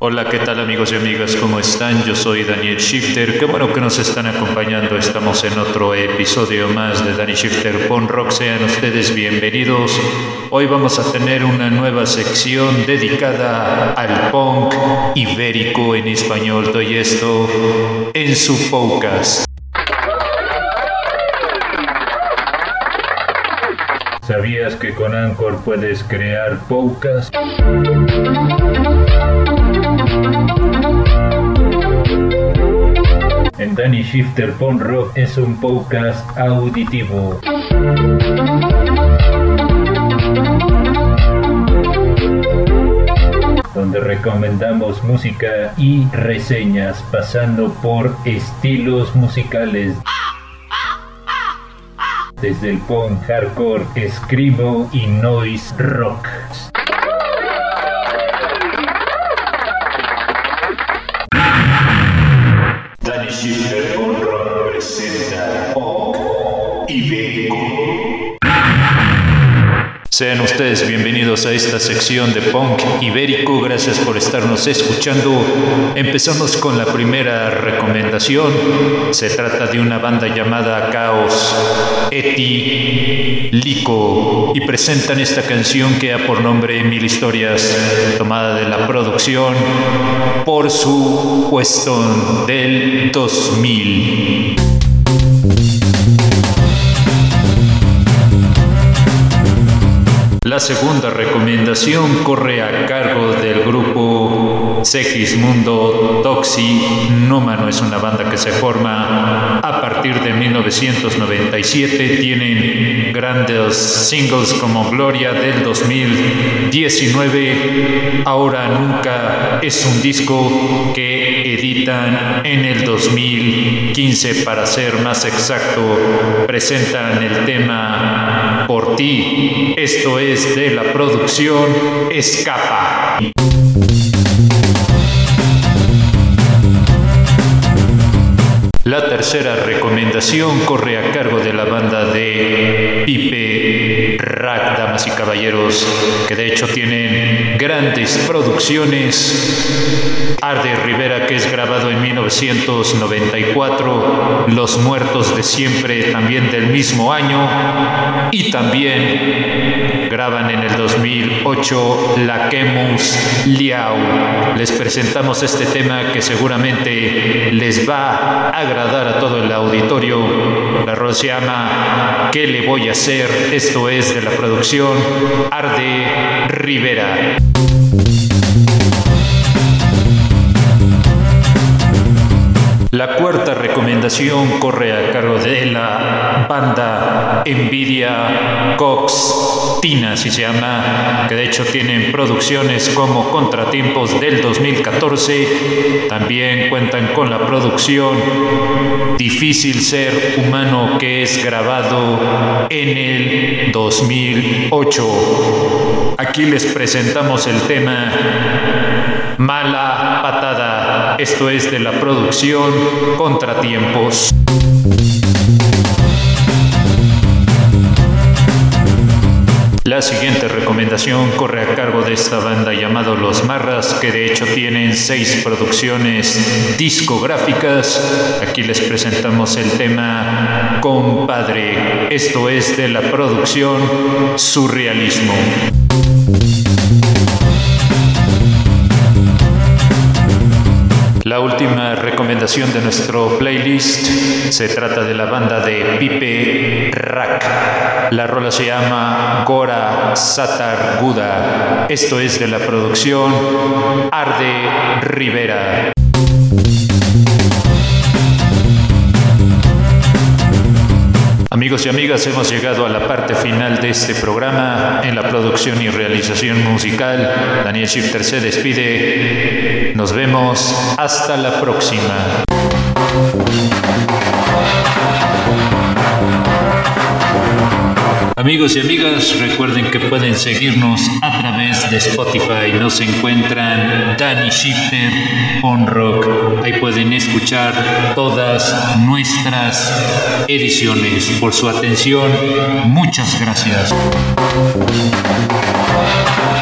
Hola, ¿qué tal amigos y amigas? ¿Cómo están? Yo soy Daniel Shifter. Qué bueno que nos están acompañando. Estamos en otro episodio más de Danny Shifter Punk Rock. Sean ustedes bienvenidos. Hoy vamos a tener una nueva sección dedicada al punk ibérico en español. Todo esto en su podcast. ¿Sabías que con Anchor puedes crear podcasts? En Danny Shifter Punk Rock es un podcast auditivo. Donde recomendamos música y reseñas pasando por estilos musicales. Desde el punk, hardcore, screamo y noise rock. Danny Shifter Punk Rock presenta punk ibérico. Sean ustedes bienvenidos a esta sección de punk ibérico. Gracias por estarnos escuchando. Empezamos con la primera recomendación. Se trata de una banda llamada Caos Etílico y presentan esta canción que da por nombre Mil Historias, tomada de la producción Por su Cuestión del 2000. La segunda recomendación corre a cargo del grupo Segismundo Toxinómano. Es una banda que se forma a partir de 1997. Tienen grandes singles como Gloria del 2019. Ahora Nunca es un disco que editan en el 2015, para ser más exacto. Presentan el tema Por Ti. Esto es de la producción Escapa. La tercera recomendación corre a cargo de la banda de Pipe Rack, damas y caballeros, que de hecho tienen grandes producciones. Arde Rivera, que es grabado en 1994, Los Muertos de Siempre, también del mismo año, y también graban en el 2008 La Quemus Liao. Les presentamos este tema que seguramente les va a agradar a todo el auditorio. La rola se llama ¿Qué le voy a hacer? Esto es de la producción Arde Rivera. La cuarta recomendación corre a cargo de la banda Envidia Cox Tina, así se llama, que de hecho tienen producciones como Contratiempos del 2014. También cuentan con la producción Difícil Ser Humano, que es grabado en el 2008. Aquí les presentamos el tema Mala Patada. Esto es de la producción Contratiempos. La siguiente recomendación corre a cargo de esta banda llamado Los Marras, que de hecho tienen 6 producciones discográficas. Aquí les presentamos el tema Compadre. Esto es de la producción Surrealismo. La última recomendación de nuestro playlist se trata de la banda de Pipe Rack. La rola se llama Gora Satar Guda. Esto es de la producción Arde Rivera. Amigos y amigas, hemos llegado a la parte final de este programa. En la producción y realización musical, Daniel Shifter se despide. Nos vemos hasta la próxima. Amigos y amigas, recuerden que pueden seguirnos a través de Spotify. Nos encuentran Danny Shifter Punk Rock. Ahí pueden escuchar todas nuestras ediciones. Por su atención, muchas gracias.